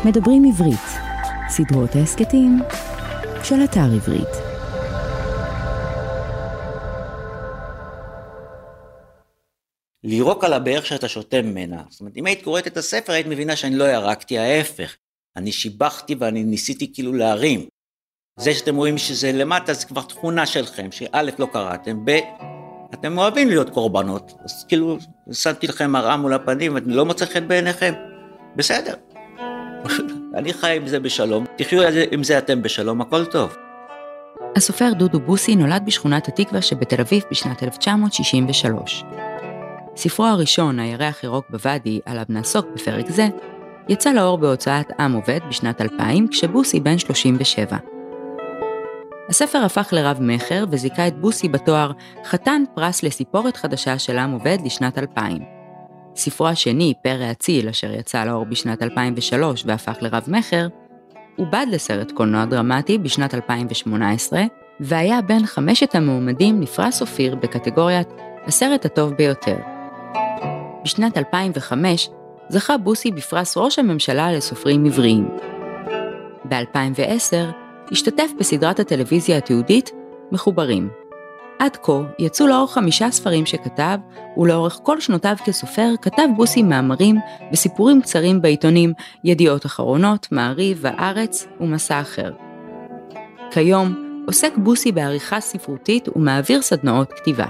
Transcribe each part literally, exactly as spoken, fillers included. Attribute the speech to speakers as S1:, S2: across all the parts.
S1: מדברים עברית, סדרות ההסקטים של אתר עברית.
S2: לירוק על הבאר שאתה שותה ממנה. זאת אומרת, אם היית קוראת את הספר, היית מבינה שאני לא ירקתי, ההפך. אני שיבחתי ואני ניסיתי כאילו להרים. זה שאתם רואים שזה למטה, זה כבר תכונה שלכם, שא' לא קראתם, ב' אתם אוהבים להיות קורבנות, אז כאילו, שמתי לכם מראה מול הפנים, ואתם לא מוצא חן בעיניכם, בסדר. אני חי עם זה בשלום, תחיו עם זה אתם בשלום, הכל טוב.
S1: הסופר דודו בוסי נולד בשכונת התקווה שבתל אביב בשנת אלף תשע מאות שישים ושלוש. ספרו הראשון, הירח ירוק בוואדי, עליו נעסוק בפרק זה, יצא לאור בהוצאת עם עובד בשנת אלפיים, כשבוסי בן שלושים ושבע. הספר הפך לרב מחר וזיכה את בוסי בתואר חתן פרס לסיפורת חדשה של עם עובד לשנת אלפיים. ספרו השני, פרא אציל, אשר יצא לאור בשנת אלפיים ושלוש והפך לרב מחר, עובד לסרט קולנוע דרמטי בשנת אלפיים ושמונה עשרה, והיה בין חמשת המועמדים לפרס אופיר בקטגוריית הסרט הטוב ביותר. בשנת אלפיים וחמש זכה בוסי בפרס ראש הממשלה לסופרים עבריים. ב-אלפיים ועשר השתתף בסדרת הטלוויזיה התיעודית מחוברים. עד כה יצאו לאור חמישה ספרים שכתב, ולאורך כל שנותיו כסופר כתב בוסי מאמרים וסיפורים קצרים בעיתונים ידיעות אחרונות, מעריב, הארץ ומסע אחר. כיום עוסק בוסי בעריכה ספרותית ומעביר סדנאות כתיבה.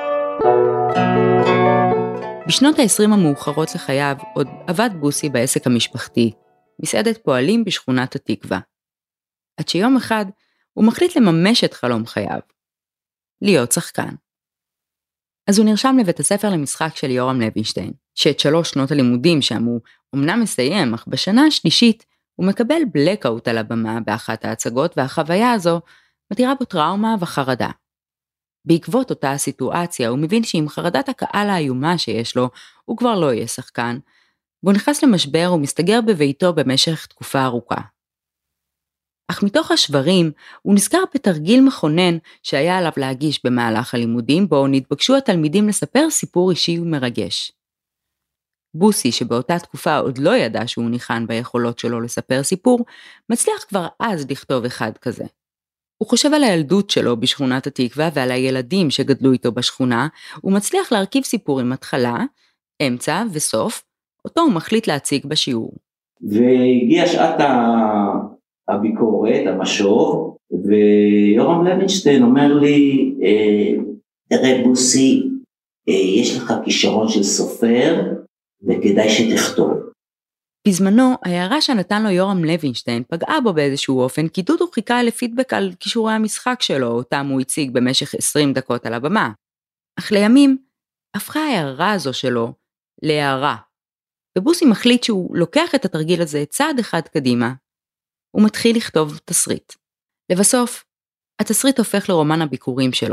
S1: בשנות ה-עשרים המאוחרות לחייו עוד עבד בוסי בעסק המשפחתי, מסעדת פועלים בשכונת התקווה. עד שיום אחד הוא מחליט לממש את חלום חייו, להיות שחקן. אז הוא נרשם לבית הספר למשחק של יורם לוינשטיין, שאת שלוש שנות הלימודים שם הוא אמנם מסיים, אך בשנה השלישית הוא מקבל בלקאוט על הבמה באחת ההצגות, והחוויה הזו מתירה בו טראומה וחרדה. בעקבות אותה הסיטואציה הוא מבין שעם חרדת הקהל האיומה שיש לו, הוא כבר לא יהיה שחקן, והוא נכנס למשבר ומסתגר בביתו במשך תקופה ארוכה. אך מתוך השברים הוא נזכר בתרגיל מכונן שהיה עליו להגיש במהלך הלימודים, בו נתבקשו התלמידים לספר סיפור אישי ומרגש. בוסי, שבאותה תקופה עוד לא ידע שהוא ניחן ביכולות שלו לספר סיפור, מצליח כבר אז לכתוב אחד כזה. הוא חושב על הילדות שלו בשכונת התקווה ועל הילדים שגדלו איתו בשכונה, הוא מצליח להרכיב סיפור עם התחלה, אמצע וסוף, אותו הוא מחליט להציג בשיעור.
S2: והגיע שעת ה... הביקורת, המשוב, ויורם לוינשטיין אומר לי, תראה בוסי, יש לך כישרון של סופר, וכדאי שתכתוב.
S1: בזמנו, ההערה שנתן לו יורם לוינשטיין פגעה בו באיזשהו אופן, כי דודו חיכה לפידבק על כישורי המשחק שלו, אותם הוא הציג במשך עשרים דקות על הבמה. אך לימים, הפכה ההערה הזו שלו להערה. ובוסי מחליט שהוא לוקח את התרגיל הזה צעד אחד קדימה, הוא מתחיל לכתוב תסריט. לבסוף, התסריט הופך לרומן הביקורים שלו.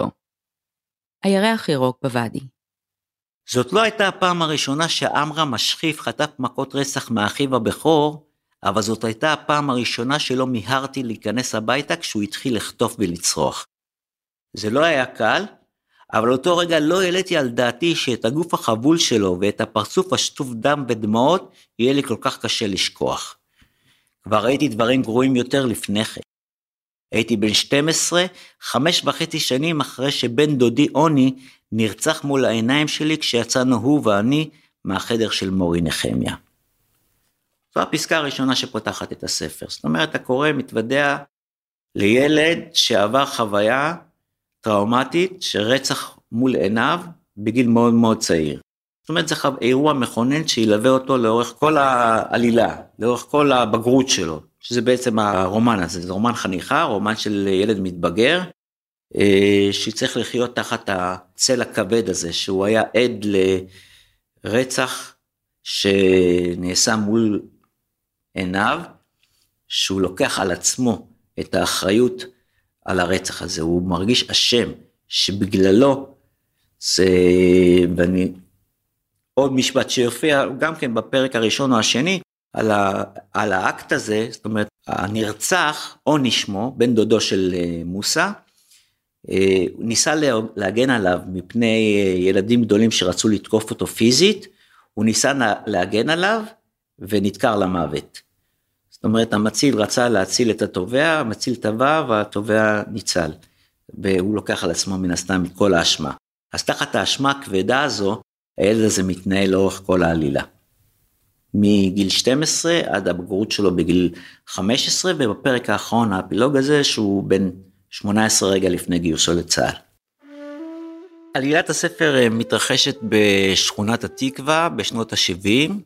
S1: הירח ירוק בוואדי.
S2: זאת לא הייתה הפעם הראשונה שעמרם משחיף חטף מכות רצח מאחיו הבכור, אבל זאת הייתה הפעם הראשונה שלא מיהרתי להיכנס הביתה כשהוא התחיל לחטוף ולצרוח. זה לא היה קל, אבל אותו רגע לא העליתי על דעתי שאת הגוף החבול שלו ואת הפרצוף השטוף דם ודמעות יהיה לי כל כך קשה לשכוח. כבר ראיתי דברים גרועים יותר לפני כן. הייתי בן שתים עשרה, חמש וחצי שנים אחרי שבן דודי עוני נרצח מול העיניים שלי כשיצאנו הוא ואני מהחדר של מורי נחמיה. זו הפסקה הראשונה שפותחת את הספר. זאת אומרת, הקורא מתוודע לילד שעבר חוויה טראומטית שרצח מול עיניו בגיל מאוד מאוד צעיר. זאת אומרת, זה אירוע מכונן שילווה אותו לאורך כל העלילה, לאורך כל הבגרות שלו, שזה בעצם הרומן הזה, זה רומן חניכה, רומן של ילד מתבגר, שצריך לחיות תחת הצל הכבד הזה, שהוא היה עד לרצח שנעשה מול עיניו, שהוא לוקח על עצמו את האחריות על הרצח הזה, הוא מרגיש אשם שבגללו, זה, ואני, עוד משפט שיופיע גם כן בפרק הראשון או השני, על, ה, על האקט הזה, זאת אומרת, הנרצח, או נשמו, בן דודו של מוסה, הוא ניסה להגן עליו מפני ילדים גדולים שרצו לתקוף אותו פיזית, הוא ניסה להגן עליו ונתקר למוות. זאת אומרת, המציל רצה להציל את התובע, המציל טבע והתובע ניצל. והוא לוקח על עצמו מן הסתם את כל האשמה. אז תחת האשמה הכבדה הזו, הילד הזה מתנהל לאורך כל העלילה. מגיל שתים עשרה עד הבגרות שלו בגיל חמש עשרה, ובפרק האחרון האפילוג הזה, שהוא בן שמונה עשרה רגע לפני גיוסו לצה"ל. עלילת הספר מתרחשת בשכונת התקווה בשנות ה-שבעים,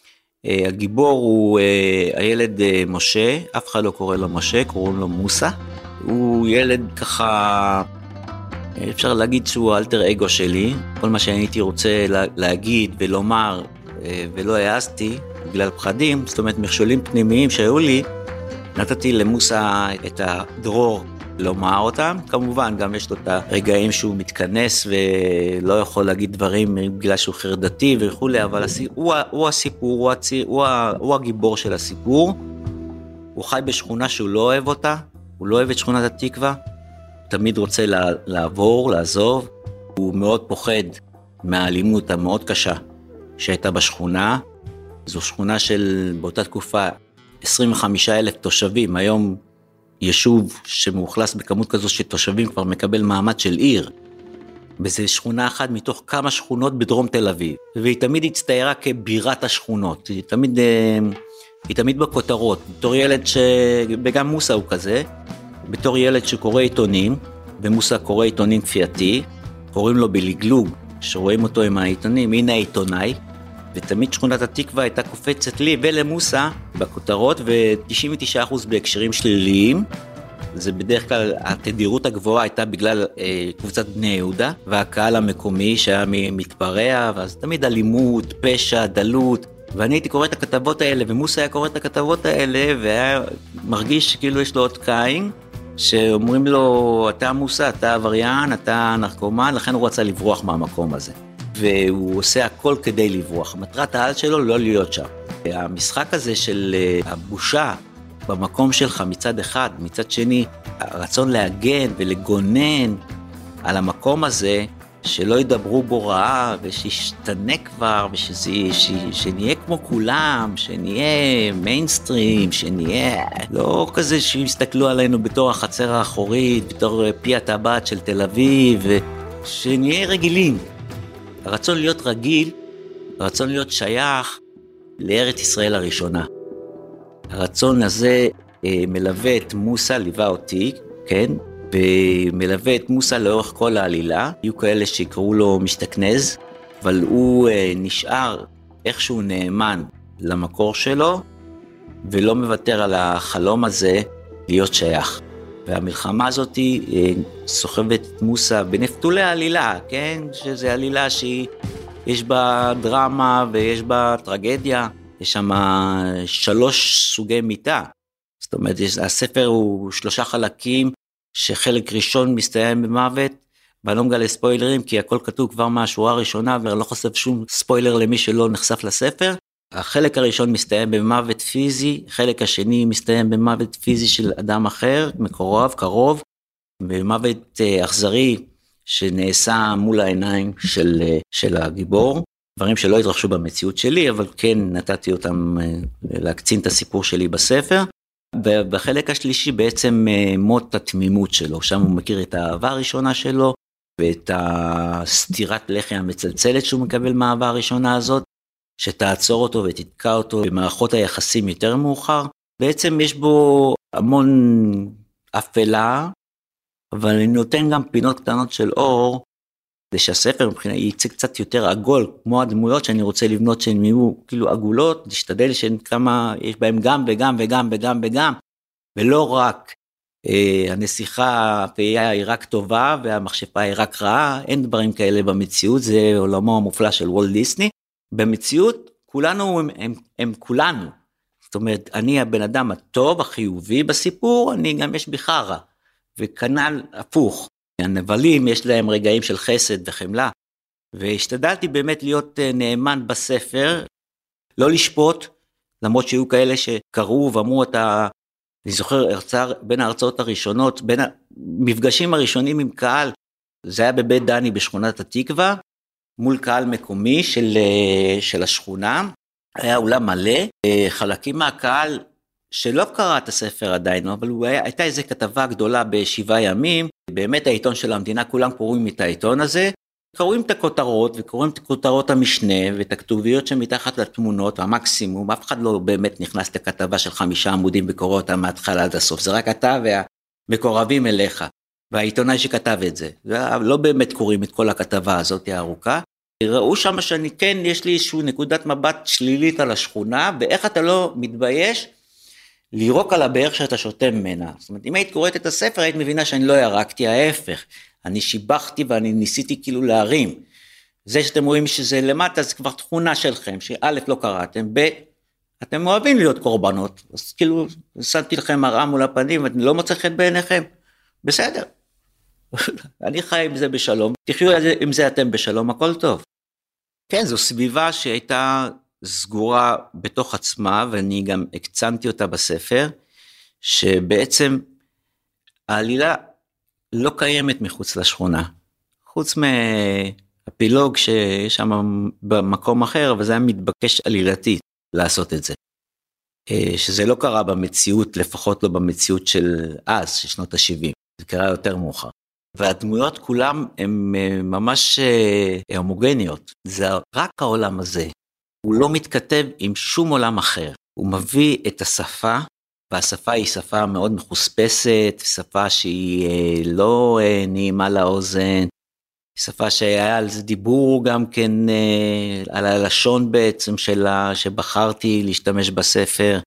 S2: הגיבור הוא הילד משה, אף אחד לא קורא לו משה, קוראים לו מוסה, הוא ילד ככה, אפשר להגיד שהוא האלטר אגו שלי, כל מה שאני הייתי רוצה להגיד ולומר ולא העזתי בגלל פחדים, זאת אומרת מכשולים פנימיים שהיו לי, נתתי למוסה את הדרור לומר אותם, כמובן גם יש לו את הרגעים שהוא מתכנס ולא יכול להגיד דברים בגלל שהוא חרדתי וכולי, אבל הוא, הוא הסיפור, הוא, הצי, הוא, הוא הגיבור של הסיפור, הוא חי בשכונה שהוא לא אוהב אותה, הוא לא אוהב את שכונת התקווה, תמיד רוצה לעבור, לעזוב, הוא מאוד פוחד מהאלימות המאוד קשה שהייתה בשכונה, זו שכונה של באותה תקופה עשרים וחמישה אלף תושבים, היום יישוב שמאוכלס בכמות כזו של תושבים כבר מקבל מעמד של עיר, וזו שכונה אחת מתוך כמה שכונות בדרום תל אביב, והיא תמיד הצטיירה כבירת השכונות, היא תמיד, היא תמיד בכותרות, בתור ילד ש... וגם מוסה הוא כזה, בתור ילד שקורא עיתונים, ומוסה קורא עיתונים כפייתי, קוראים לו בלגלוג, שרואים אותו עם העיתונים, הנה העיתונאי, ותמיד שכונת התקווה הייתה קופצת לי ולמוסה בכותרות, ו-תשעים ותשעה אחוז בהקשרים שליליים, זה בדרך כלל, התדירות הגבוהה הייתה בגלל אה, קבוצת בני יהודה, והקהל המקומי שהיה מתפרע, ואז תמיד אלימות, פשע, דלות, ואני הייתי קורא את הכתבות האלה, ומוסה היה קורא את הכתבות האלה, והיה מרגיש כאילו יש לו עוד קין, שאומרים לו, אתה מוסה, אתה עבריין, אתה נרקומן, לכן הוא רצה לברוח מהמקום הזה. והוא עושה הכל כדי לברוח. מטרת העל שלו לא להיות שם. המשחק הזה של הבושה במקום שלך מצד אחד, מצד שני, הרצון להגן ולגונן על המקום הזה, שלא ידברו בו רעה, ושישתנה כבר, ושנהיה כמו כולם, שנהיה מיינסטרים, שנהיה לא כזה שיסתכלו עלינו בתור החצר האחורית, בתור פי הטבעת של תל אביב, ושנהיה רגילים. הרצון להיות רגיל, הרצון להיות שייך לארץ ישראל הראשונה. הרצון הזה אה, מלווה את מוסה, ליווה אותי, כן? ומלווה את מוסה לאורך כל העלילה. היו כאלה שיקראו לו משתכנז, אבל הוא אה, נשאר איכשהו נאמן למקור שלו, ולא מוותר על החלום הזה להיות שייך. והמלחמה הזאת היא סוחבת את מוסה בנפתולי העלילה, כן? שזה עלילה שיש בה דרמה ויש בה טרגדיה, יש שם שלוש סוגי מיטה. זאת אומרת, הספר הוא שלושה חלקים, שחלק ראשון מסתיים במוות, ואני לא מגלה ספוילרים, כי הכל כתוב כבר מהשורה הראשונה, ואני לא חושף שום ספוילר למי שלא נחשף לספר. החלק הראשון מסתיים במוות פיזי, החלק השני מסתיים במוות פיזי של אדם אחר, מקורב, קרוב, במוות אכזרי שנעשה מול העיניים של, של הגיבור, דברים שלא התרחשו במציאות שלי, אבל כן נתתי אותם להקצין את הסיפור שלי בספר, ובחלק השלישי בעצם מות התמימות שלו, שם הוא מכיר את האהבה הראשונה שלו, ואת הסתירת לחי המצלצלת שהוא מקבל מהאהבה הראשונה הזאת, שתעצור אותו ותתקע אותו במערכות היחסים יותר מאוחר. בעצם יש בו המון אפלה, אבל אני נותן גם פינות קטנות של אור, כדי שהספר מבחינה יצא קצת יותר עגול, כמו הדמויות שאני רוצה לבנות שהן יהיו כאילו עגולות, להשתדל שהן כמה, יש בהם גם וגם וגם וגם וגם, ולא רק אה, הנסיכה הפעייה היא רק טובה, והמכשפה היא רק רעה, אין דברים כאלה במציאות, זה עולמו המופלא של וולט דיסני, במציאות, כולנו הם, הם, הם כולנו. זאת אומרת, אני הבן אדם הטוב, החיובי בסיפור, אני גם יש בי חרא, וכנ"ל הפוך. הנבלים יש להם רגעים של חסד וחמלה, והשתדלתי באמת להיות נאמן בספר, לא לשפוט, למרות שהיו כאלה שקראו ואמרו את ה... אני זוכר, הרצאה, בין ההרצאות הראשונות, בין המפגשים הראשונים עם קהל, זה היה בבית דני בשכונת התקווה, מול קהל מקומי של, של השכונה, היה אולם מלא, חלקים מהקהל שלא קרא את הספר עדיין, אבל הוא היה, הייתה איזו כתבה גדולה בשבעה ימים, באמת העיתון של המדינה, כולם קוראים את העיתון הזה, קוראים את הכותרות וקוראים את כותרות המשנה ואת הכתוביות שמתחת לתמונות, המקסימום, אף אחד לא באמת נכנס לכתבה של חמישה עמודים וקורא אותה מההתחלה עד הסוף, זה רק אתה והמקורבים אליך, והעיתונאי שכתב את זה, לא באמת קוראים את כל הכתבה הזאת הארוכה, ראו שם שאני כן, יש לי איזושהי נקודת מבט שלילית על השכונה, ואיך אתה לא מתבייש לירוק על הבאר שאתה שותה ממנה. זאת אומרת, אם היית קוראת את הספר, היית מבינה שאני לא ירקתי, ההפך. אני שיבחתי ואני ניסיתי כאילו להרים. זה שאתם רואים שזה למטה, זה כבר תכונה שלכם, שא' לא קראתם, ב' אתם אוהבים להיות קורבנות, אז כאילו, שמתי לכם מראה מול הפנים, ואתם לא מוצא חן בעיניכם, בסדר. אני חי עם זה בשלום, תחיו עם זה אתם בשלום, הכל טוב. כן, זו סביבה שהייתה סגורה בתוך עצמה, ואני גם הקצנתי אותה בספר, שבעצם העלילה לא קיימת מחוץ לשכונה, חוץ מהפילוג שיש שם במקום אחר, אבל זה היה מתבקש עלילתית לעשות את זה. שזה לא קרה במציאות, לפחות לא במציאות של אז, של שנות ה-שבעים, זה קרה יותר מאוחר. והדמויות כולם הן ממש הומוגניות, זה רק העולם הזה, הוא לא מתכתב עם שום עולם אחר, הוא מביא את השפה, והשפה היא שפה מאוד מחוספסת, שפה שהיא לא נעימה לאוזן, שפה שהיה על זה דיבור גם כן, על הלשון בעצם שלה, שבחרתי להשתמש בספר,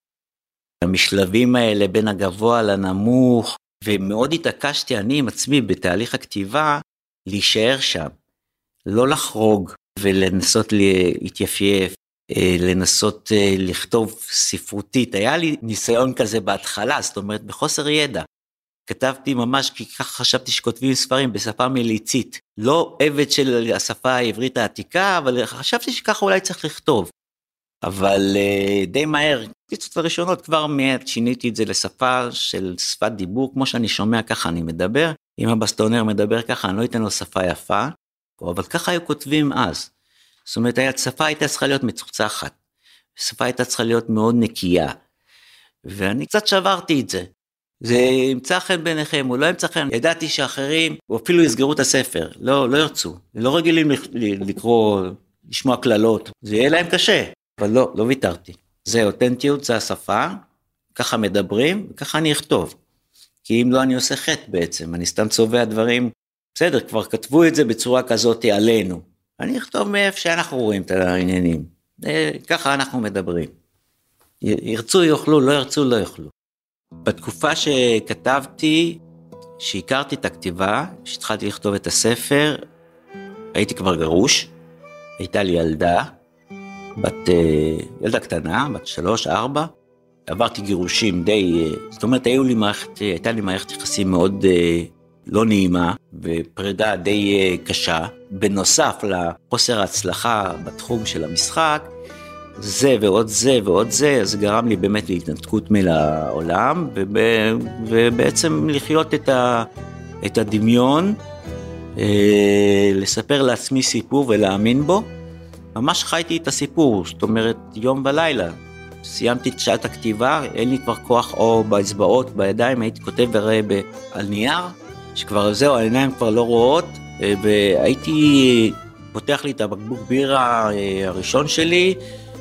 S2: המשלבים האלה בין הגבוה לנמוך, ומאוד התעקשתי אני עם עצמי בתהליך הכתיבה, להישאר שם, לא לחרוג ולנסות להתייפייף, לנסות לכתוב ספרותית, היה לי ניסיון כזה בהתחלה, זאת אומרת בחוסר ידע, כתבתי ממש כי ככה חשבתי שכותבים ספרים בשפה מליצית, לא עבד של השפה העברית העתיקה, אבל חשבתי שככה אולי צריך לכתוב, אבל די מהר, פיצות הראשונות כבר מיד שיניתי את זה לשפה של שפת דיבור, כמו שאני שומע ככה אני מדבר, אם הבסטונר מדבר ככה אני לא אתן לו שפה יפה, אבל ככה היו כותבים אז, זאת אומרת השפה הייתה צריכה להיות מצוחצחת, השפה הייתה צריכה להיות מאוד נקייה, ואני קצת שברתי את זה, זה ימצא חן ביניכם, או לא ימצא חן, ידעתי שאחרים, או אפילו יסגרו את הספר, לא, לא ירצו, לא רגילים לקרוא, לשמוע כללות, זה יהיה להם קשה, אבל לא, לא ויתרתי. זה אותנטיות, זה השפה, ככה מדברים, וככה אני אכתוב. כי אם לא אני עושה חטא בעצם, אני סתם צובע דברים, בסדר, כבר כתבו את זה בצורה כזאת עלינו. אני אכתוב מאיפה שאנחנו רואים את העניינים. ככה אנחנו מדברים. ירצו יאכלו, לא ירצו לא יאכלו. בתקופה שכתבתי, שהכרתי את הכתיבה, שהתחלתי לכתוב את הספר, הייתי כבר גרוש, הייתה לי ילדה, בת, ילדה קטנה, בת שלוש, ארבע, עברתי גירושים די, זאת אומרת, היו לי מערכת, הייתה לי מערכת יחסים מאוד לא נעימה, ופרידה די קשה, בנוסף לחוסר ההצלחה בתחום של המשחק, זה ועוד זה ועוד זה, זה גרם לי באמת להתנתקות מהעולם, ובעצם לחיות את, ה, את הדמיון, לספר לעצמי סיפור ולהאמין בו, ממש חייתי את הסיפור, זאת אומרת יום ולילה, סיימתי את שעת הכתיבה, אין לי כבר כוח או באצבעות, בידיים, הייתי כותב הרי על נייר, שכבר זהו, העיניים כבר לא רואות, והייתי פותח לי את הבקבוק בירה הראשון שלי,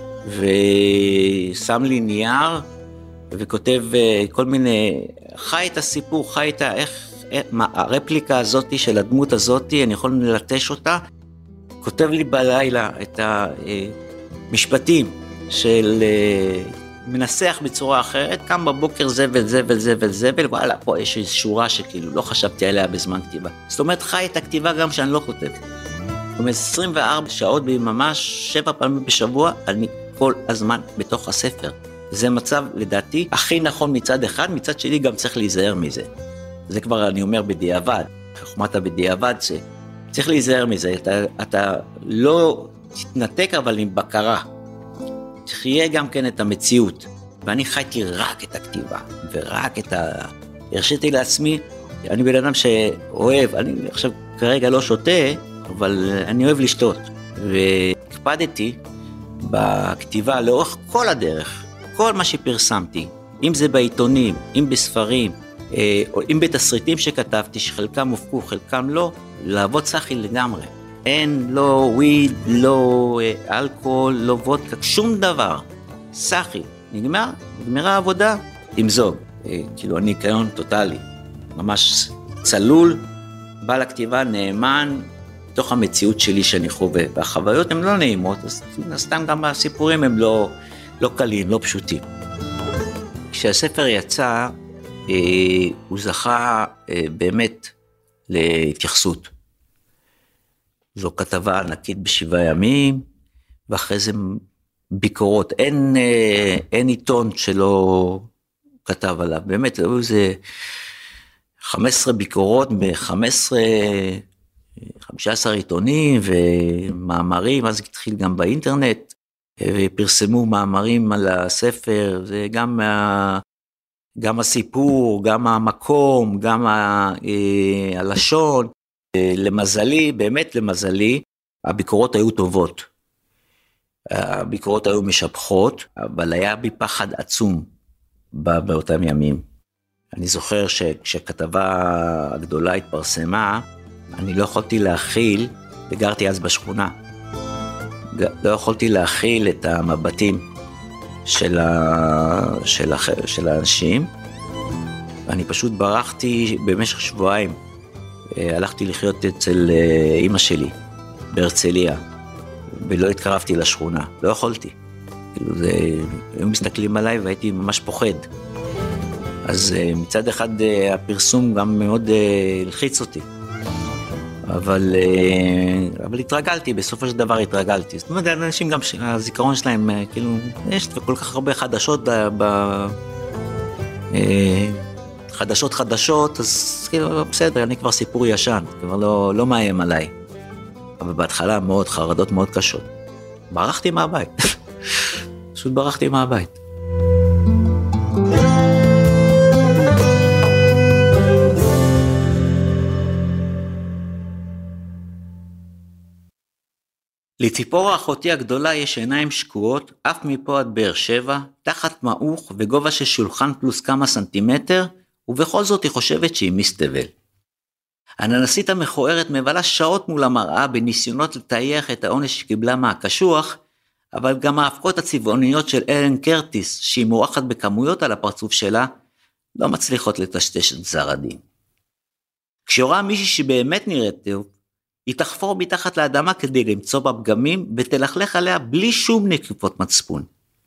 S2: ושם לי נייר, וכותב כל מיני, חי את הסיפור, חי את איך, מה, הרפליקה הזאת של הדמות הזאת, אני יכול ללטש אותה, כותב לי בלילה את המשפטים של מנסח בצורה אחרת, קם בבוקר זה וזה וזה וזה, וואלה, פה יש איזו שורה שכאילו לא חשבתי עליה בזמן כתיבה. זאת אומרת, חי את הכתיבה גם שאני לא כותב. זאת אומרת, עשרים וארבע שעות ממש, שבע פעמים בשבוע, אני כל הזמן בתוך הספר. זה מצב, לדעתי, הכי נכון מצד אחד, מצד שני גם צריך להיזהר מזה. זה כבר אני אומר בדיעבד, חוכמת בדיעבד, שצריך להיזהר מזה, אתה, אתה לא תתנתק אבל עם בקרה. תחיה גם כן את המציאות, ואני חייתי רק את הכתיבה, ורק את ה... הרשיתי לעצמי, אני בן אדם שאוהב, אני עכשיו כרגע לא שותה, אבל אני אוהב לשתות, והקפדתי בכתיבה לאורך כל הדרך, כל מה שפרסמתי, אם זה בעיתונים, אם בספרים, או אם בתסריטים שכתבתי, שחלקם הופקו, חלקם לא, לעבוד סחי לגמרי. אין, לא וויד, לא אלכוהול, לא וודקה, שום דבר. סחי, נגמר, נגמרה העבודה עם זוג. כאילו, אני קיון טוטלי, ממש צלול, בא לכתיבה נאמן, תוך המציאות שלי שאני חווה, והחוויות הן לא נעימות, אז סתם גם הסיפורים הם לא, לא קלים, לא פשוטים. כשהספר יצא, אה, הוא זכה אה, באמת להתייחסות. זו כתבה ענקית בשבעה ימים, ואחרי זה ביקורות. אין, אה, אין עיתון שלא כתב עליו, באמת, היו איזה חמש עשרה ביקורות ב-חמש עשרה, חמישה עשר עיתונים ומאמרים, אז התחיל גם באינטרנט, ופרסמו מאמרים על הספר, זה גם, מה, גם הסיפור, גם המקום, גם ה, הלשון. למזלי, באמת למזלי, הביקורות היו טובות. הביקורות היו משבחות, אבל היה בי פחד עצום באותם ימים. אני זוכר שכשכתבה הגדולה התפרסמה, אני לא יכולתי להכיל, וגרתי אז בשכונה, לא יכולתי להכיל את המבטים של, ה... של, ה... של האנשים, ואני פשוט ברחתי במשך שבועיים, הלכתי לחיות אצל אמא שלי, בהרצליה, ולא התקרבתי לשכונה, לא יכולתי. כאילו זה, היו מסתכלים עליי והייתי ממש פוחד. אז מצד אחד הפרסום גם מאוד הלחיץ אותי. אבל, אבל התרגלתי, בסופו של דבר התרגלתי. זאת אומרת, אנשים גם, הזיכרון שלהם, כאילו, יש כל כך הרבה חדשות, ב, חדשות חדשות, אז כאילו, בסדר, אני כבר סיפור ישן, כבר לא, לא מאיים עליי. אבל בהתחלה מאוד, חרדות מאוד קשות. ברחתי מהבית. פשוט ברחתי מהבית. לציפורה אחותי הגדולה יש עיניים שקועות, אף מפה עד באר שבע, תחת מעוך וגובה של שולחן פלוס כמה סנטימטר, ובכל זאת היא חושבת שהיא מסתבל. הננסית המכוערת מבלה שעות מול המראה בניסיונות לתייך את העונש שקיבלה מהקשוח, אבל גם ההפקות הצבעוניות של אלן קרטיס, שהיא מורחת בכמויות על הפרצוף שלה, לא מצליחות לטשטש את גזר הדין. כשהוראה מישהי שבאמת נראית טוב, היא תחפור מתחת לאדמה כדי למצוא בה פגמים, ותלכלך עליה בלי שום נקיפות מצפון.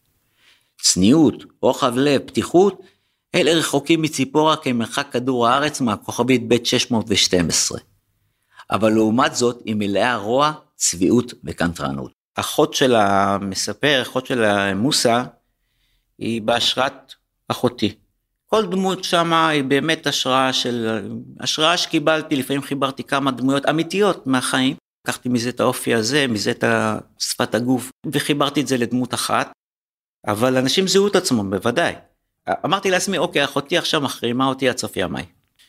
S2: צניעות, רוחב לב, פתיחות, אלה רחוקים מציפורה כמרחק כדור הארץ מהכוכבית בית שש מאות ושתים עשרה. אבל לעומת זאת, היא מלאה רוע, צביעות וקנטרנות. אחות של המספר, אחות של המוסה, היא בהשראת אחותי. כל דמות שמה היא באמת השראה של, השראה שקיבלתי, לפעמים חיברתי כמה דמויות אמיתיות מהחיים, לקחתי מזה את האופי הזה, מזה את שפת הגוף, וחיברתי את זה לדמות אחת, אבל אנשים זיהו את עצמם, בוודאי. אמרתי לעצמי, אוקיי, אחותי עכשיו מחרימה אותי עד סוף ימיי,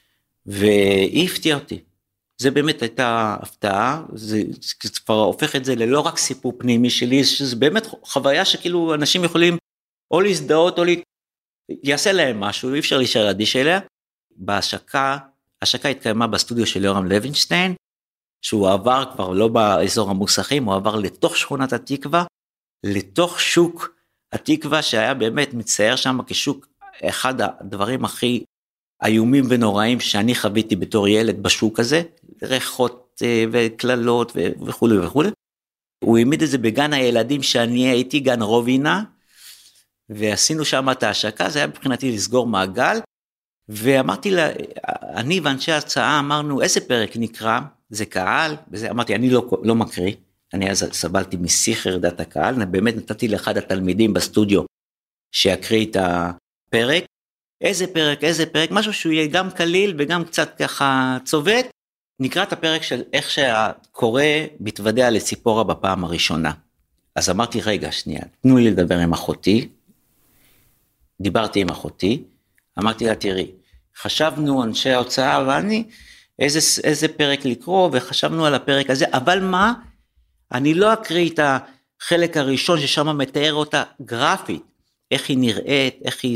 S2: והיא הפתיעה אותי. זה באמת הייתה הפתעה, זה, זה כבר הופך את זה ללא רק סיפור פנימי שלי, שזה באמת חוויה שכאילו אנשים יכולים או להזדהות או לה... יעשה להם משהו, אי אפשר להישאר אדיש אליה. בהשקה, השקה התקיימה בסטודיו של יורם לוינשטיין, שהוא עבר כבר לא באזור המוסכים, הוא עבר לתוך שכונת התקווה, לתוך שוק התקווה, שהיה באמת מצייר שם כשוק, אחד הדברים הכי איומים ונוראים שאני חוויתי בתור ילד בשוק הזה, ריחות וכללות וכו' וכו'. הוא העמיד את זה בגן הילדים שאני הייתי, גן רובינה, ועשינו שם את ההשקה, זה היה מבחינתי לסגור מעגל, ואמרתי לה, אני ואנשי ההצעה אמרנו, איזה פרק נקרא, זה קהל, וזה, אמרתי, אני לא, לא מקריא, אני אז סבלתי משיחר דת הקהל, אני באמת נתתי לאחד התלמידים בסטודיו, שיקריא את הפרק, איזה פרק, איזה פרק, משהו שהוא יהיה גם קליל, וגם קצת ככה צובט, נקרא את הפרק של איך שהקורא מתוודע לציפורה בפעם הראשונה. אז אמרתי, רגע, שנייה, תנו לי לדבר עם אחותי, דיברתי עם אחותי, אמרתי לה, תראי, חשבנו אנשי ההוצאה ואני, איזה, איזה פרק לקרוא, וחשבנו על הפרק הזה, אבל מה? אני לא אקריא את החלק הראשון, ששם מתאר אותה גרפית, איך היא נראית, איך היא זה,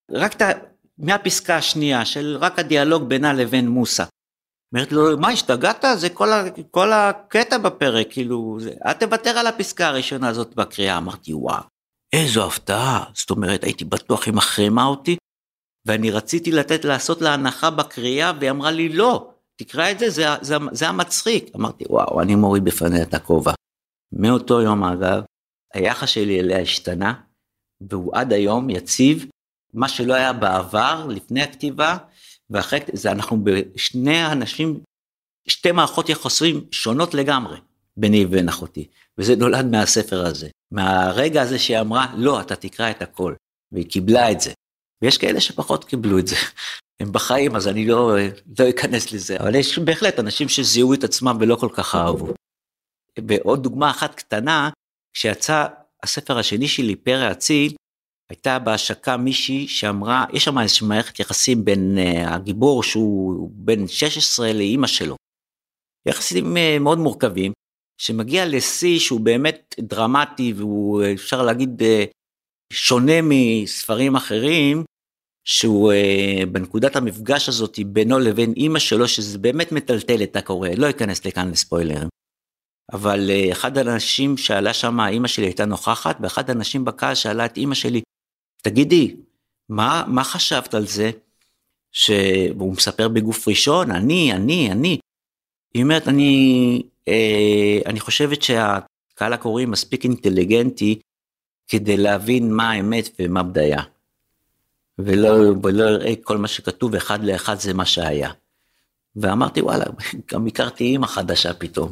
S2: רק ת... מהפסקה השנייה של רק הדיאלוג בינה לבין מוסה. אומרת לו, מה השתגעת? זה כל, ה... כל הקטע בפרק, כאילו, זה... את תוותר על הפסקה הראשונה הזאת בקריאה. אמרתי, וואו, איזו הפתעה. זאת אומרת, הייתי בטוח היא מחרימה אותי, ואני רציתי לתת לעשות לה הנחה בקריאה, והיא אמרה לי, לא, תקרא את זה, זה, זה, זה המצחיק. אמרתי, וואו, אני מוריד בפניה את הכובע. מאותו יום, אגב, היחס שלי אליה השתנה, והוא עד היום יציב, מה שלא היה בעבר, לפני הכתיבה, ואחרי זה אנחנו בשני אנשים, שתי מערכות יחסים שונות לגמרי, ביני ובין אחותי, וזה נולד מהספר הזה, מהרגע הזה שהיא אמרה, לא, אתה תקרא את הכל, והיא קיבלה את זה, ויש כאלה שפחות קיבלו את זה, הם בחיים, אז אני לא, לא אכנס לזה, אבל יש בהחלט אנשים שזיהו את עצמם ולא כל כך אהבו. ועוד דוגמה אחת קטנה, כשיצא הספר השני שלי, פרא אציל, הייתה בהשקה מישהי שאמרה, יש שם איזושהי מערכת יחסים בין uh, הגיבור שהוא בן שש עשרה לאמא שלו. יחסים uh, מאוד מורכבים, שמגיע לשיא שהוא באמת דרמטי, והוא אפשר להגיד uh, שונה מספרים אחרים, שהוא uh, בנקודת המפגש הזאת בינו לבין אמא שלו, שזה באמת מטלטל את הקורא, לא ייכנס לכאן לספוילרים. אבל uh, אחד האנשים שעלה שם, אמא שלי הייתה נוכחת, ואחד האנשים בקהל שעלה את אמא שלי, תגידי, מה, מה חשבת על זה? שהוא מספר בגוף ראשון, אני, אני, אני. היא אומרת, אני, אה, אני חושבת שהקהל הקוראים מספיק אינטליגנטי, כדי להבין מה האמת ומה בדיה. ולא, ולא יראה כל מה שכתוב אחד לאחד זה מה שהיה. ואמרתי, וואלה, גם הכרתי אימא חדשה פתאום.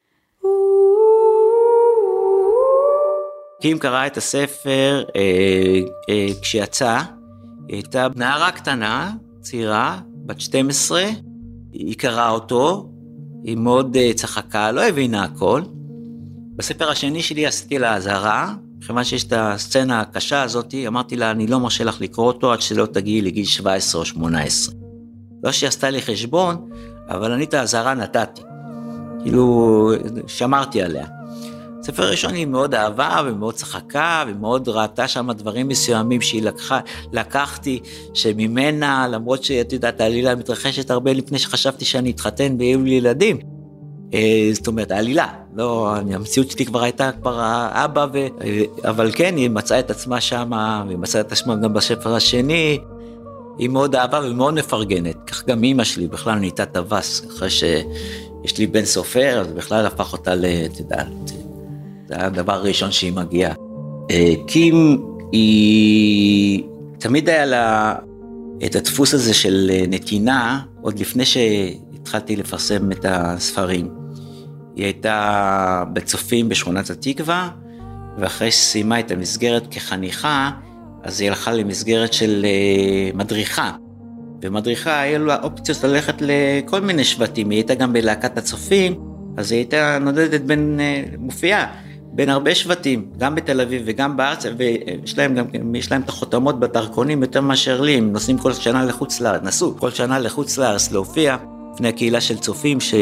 S2: קים קרא את הספר אה, אה, כשיצא, היא הייתה נערה קטנה, צעירה, בת שתים עשרה, היא קראה אותו, היא מאוד אה, צחקה, לא הבינה הכל. בספר השני שלי עשיתי לה הזהרה, כיוון שיש את הסצנה הקשה הזאת, אמרתי לה, אני לא מרשה לך לקרוא אותו עד שלא תגיעי לגיל שבע עשרה או שמונה עשרה. לא שהיא עשתה לי חשבון, אבל אני את ההזהרה נתתי. כאילו, שמרתי עליה. ספר ראשון היא מאוד אהבה ומאוד צחקה ומאוד ראתה שם דברים מסוימים שהיא לקחה, לקחתי שממנה, למרות שאת יודעת, העלילה מתרחשת הרבה לפני שחשבתי שאני אתחתן ויהיו לי ילדים. זאת אומרת, העלילה, לא, המציאות שלי כבר הייתה כבר האבא, ו... אבל כן, היא מצאה את עצמה שם, והיא מצאה את עצמה גם בספר השני, היא מאוד אהבה ומאוד מפרגנת, כך גם אמא שלי בכלל נהייתה טווס, אחרי שיש לי בן סופר, אז בכלל הפך אותה לתדעת, זה הדבר הראשון שהיא מגיעה. קים היא, תמיד היה לה את הדפוס הזה של נתינה, עוד לפני שהתחלתי לפרסם את הספרים. היא הייתה בצופים בשכונת התקווה, ואחרי שסיימה את המסגרת כחניכה, אז היא הלכה למסגרת של מדריכה. ומדריכה היה לה אופציות ללכת לכל מיני שבטים, היא הייתה גם בלהקת הצופים, אז היא הייתה נודדת בין, מופיעה, בין הרבה שבטים, גם בתל אביב וגם בארץ, ויש להם גם, יש להם את החותמות בדרכונים יותר מאשר לי, הם נוסעים כל שנה לחוץ לארץ, נסעו כל שנה לחוץ לארץ להופיע, לפני הקהילה של צופים, ש...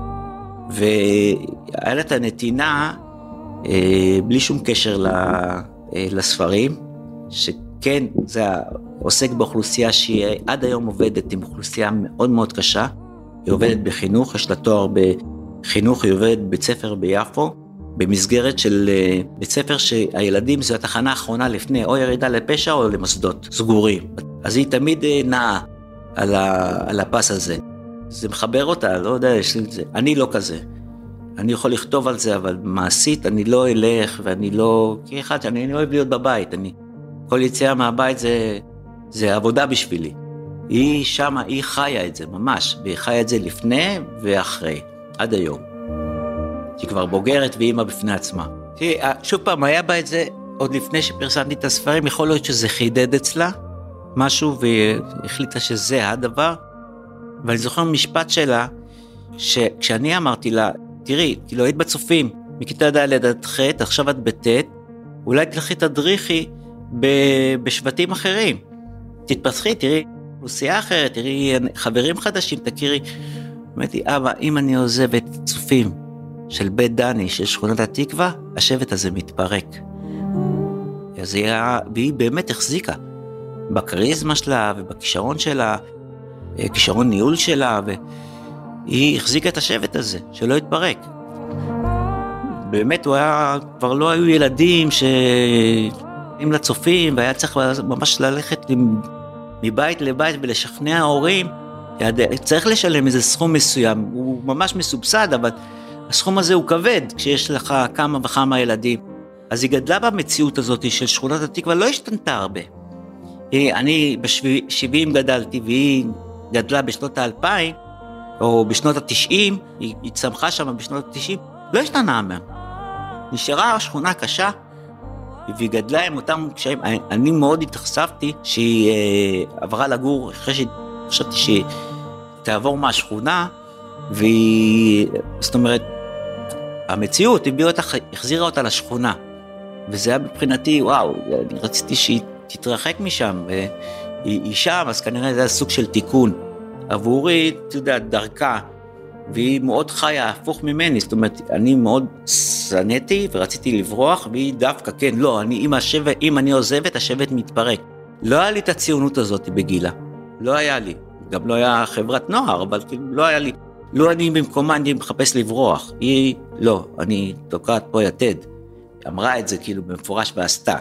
S2: והיה לה את הנתינה, בלי שום קשר לספרים, שכן, זה עוסק באוכלוסייה שהיא עד היום עובדת עם אוכלוסייה מאוד מאוד קשה, היא עובדת בחינוך, יש לה תואר בחינוך, היא עובדת בבית ספר ביפו, במסגרת של בית ספר שהילדים זו התחנה האחרונה לפני או ירידה לפשע או למוסדות סגורים. אז היא תמיד נעה על, ה, על הפס הזה. זה מחבר אותה, לא יודע, יש לי, זה, אני לא כזה. אני יכול לכתוב על זה, אבל מעשית אני לא אלך ואני לא, כי אחד, אני, אני אוהב להיות בבית, אני, כל יציאה מהבית זה, זה עבודה בשבילי. היא שמה, היא חיה את זה ממש, והיא חיה את זה לפני ואחרי, עד היום. שהיא כבר בוגרת ואימא בפני עצמה. שוב פעם, היה בה את זה, עוד לפני שפרסמתי את הספרים, יכול להיות שזה חידד אצלה, משהו, והיא החליטה שזה הדבר, ואני זוכר משפט שלה, שכשאני אמרתי לה, תראי, כאילו היית בצופים, מכיתה ד' עד ח', עכשיו את בט', אולי תלכי תדריכי בשבטים אחרים, תתפתחי, תראי אוכלוסייה אחרת, תראי חברים חדשים, תכירי, אמרתי, אבא, אם אני עוזב את צופים, של בית דני, של שכונת התקווה, השבט הזה מתפרק. אז היא, והיא באמת החזיקה בכריזמה שלה ובכישרון שלה, כישרון ניהול שלה, והיא החזיקה את השבט הזה, שלא התפרק. באמת הוא היה, כבר לא היו ילדים שהיו לצופים, והיה צריך ממש ללכת מבית לבית ולשכנע ההורים, צריך לשלם איזה סכום מסוים, הוא ממש מסובסד, אבל הסכום הזה הוא כבד, כשיש לך כמה וכמה ילדים. אז היא גדלה במציאות הזאת של שכונת התקווה, לא השתנתה הרבה. אני ב-שבעים גדלתי, והיא גדלה בשנות ה-אלפיים, או בשנות ה-תשעים, היא, היא צמחה שם בשנות ה-תשעים, לא השתנה מה. נשארה שכונה קשה, והיא גדלה עם אותם קשיים. אני, אני מאוד התחשפתי שהיא אה, עברה לגור, אחרי שחשבתי שהיא תעבור מהשכונה, והיא, זאת אומרת, המציאות הביאה אותה, החזירה אותה לשכונה, וזה היה מבחינתי, וואו, אני רציתי שהיא תתרחק משם, והיא שם, אז כנראה זה היה סוג של תיקון. עבורי, אתה יודע, דרכה, והיא מאוד חיה, הפוך ממני, זאת אומרת, אני מאוד שנאתי ורציתי לברוח, והיא דווקא, כן, לא, אני, אם, השבט, אם אני עוזבת, השבט מתפרק. לא היה לי את הציונות הזאת בגילה, לא היה לי, גם לא היה חברת נוער, אבל כאילו, לא היה לי, לא אני במקומה, אני מחפש לברוח, היא, לא, אני תוקעת פה יתד, אמרה את זה כאילו במפורש ועשתה.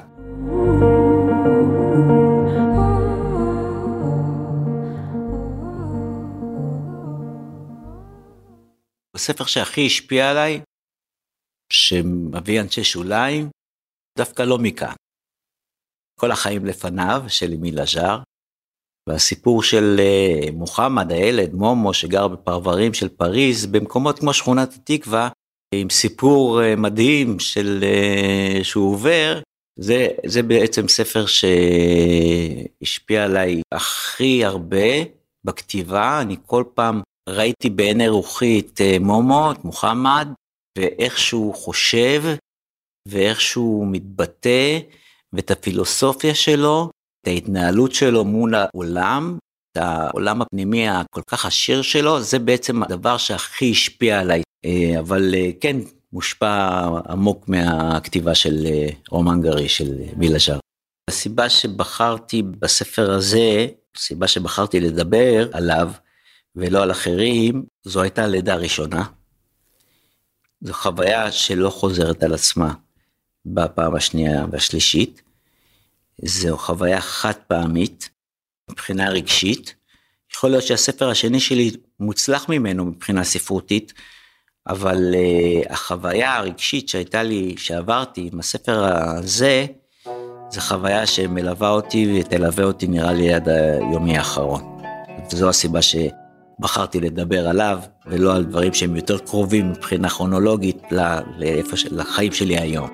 S2: הספר שהכי השפיע עליי, שמביא אנשי שוליים, דווקא לא מכאן. כל החיים לפניו, של אמיל אג'אר, והסיפור של מוחמד, הילד, מומו, שגר בפרברים של פריז, במקומות כמו שכונת התקווה, עם סיפור מדהים של, שהוא עובר, זה, זה בעצם ספר שהשפיע עליי הכי הרבה בכתיבה. אני כל פעם ראיתי בעיני רוחי את מומו, את מוחמד, ואיך שהוא חושב, ואיך שהוא מתבטא, ואת הפילוסופיה שלו, את ההתנהלות שלו מול העולם, את העולם הפנימי הכל כך עשיר שלו, זה בעצם הדבר שהכי השפיע עליי. אבל כן, מושפע עמוק מהכתיבה של רומן גארי, של אמיל אג'אר. הסיבה שבחרתי בספר הזה, הסיבה שבחרתי לדבר עליו, ולא על אחרים, זו הייתה לידה ראשונה. זו חוויה שלא חוזרת על עצמה בפעם השנייה והשלישית. זו חוויה חד פעמית, מבחינה רגשית. יכול להיות שהספר השני שלי מוצלח ממנו מבחינה ספרותית, אבל uh, החוויה הרגשית שהייתה לי, שעברתי עם הספר הזה, זו חוויה שמלווה אותי ותלווה אותי נראה לי עד היומי האחרון. וזו הסיבה שבחרתי לדבר עליו, ולא על דברים שהם יותר קרובים מבחינה כרונולוגית לחיים שלי היום.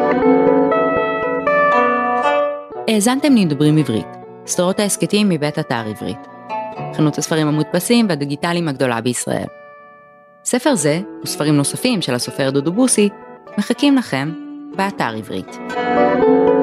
S1: האזנתם לדברים עברית, סדרות העסקתים מבית אתר עברית. חנות הספרים המודפסים והדיגיטליים הגדולה בישראל. ספר זה וספרים נוספים של הסופר דודו בוסי מחכים לכם באתר עברית.